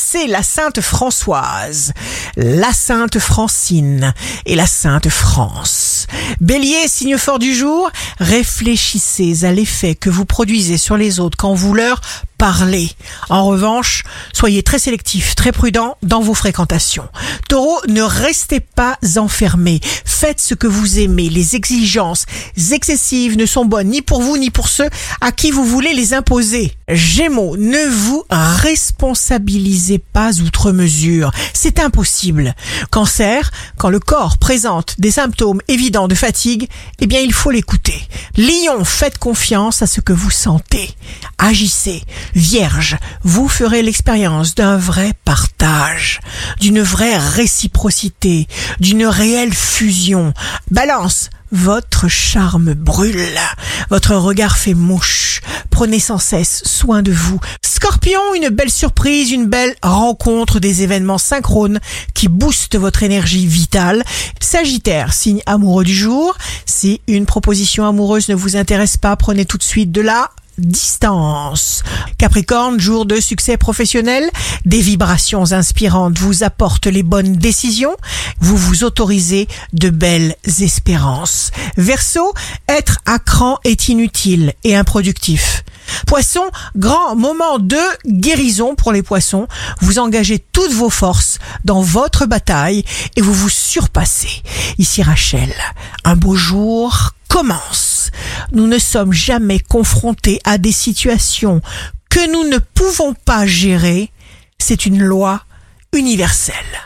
c'est la Sainte Françoise, la Sainte Francine et la Sainte France. Bélier, signe fort du jour, réfléchissez à l'effet que vous produisez sur les autres quand vous leur parlez. En revanche, soyez très sélectif, très prudent dans vos fréquentations. Taureau, ne restez pas enfermé. Faites ce que vous aimez. Les exigences excessives ne sont bonnes ni pour vous ni pour ceux à qui vous voulez les imposer. Gémeaux, ne vous responsabilisez pas outre mesure. C'est impossible. Cancer, quand le corps présente des symptômes évidents de fatigue, eh bien il faut l'écouter. Lion, faites confiance à ce que vous sentez. Agissez. Vierge, vous ferez l'expérience d'un vrai partage, d'une vraie réciprocité, d'une réelle fusion. Balance, votre charme brûle, votre regard fait mouche. Prenez sans cesse soin de vous. Scorpion, une belle surprise, une belle rencontre, des événements synchrones qui boostent votre énergie vitale. Sagittaire, signe amoureux du jour. Si une proposition amoureuse ne vous intéresse pas, prenez tout de suite de la distance. Capricorne, jour de succès professionnel, des vibrations inspirantes vous apportent les bonnes décisions, vous vous autorisez de belles espérances. Verseau, être à cran est inutile et improductif. Poisson, grand moment de guérison pour les poissons. Vous engagez toutes vos forces dans votre bataille et vous vous surpassez. Ici Rachel, un beau jour commence. Nous ne sommes jamais confrontés à des situations que nous ne pouvons pas gérer. C'est une loi universelle.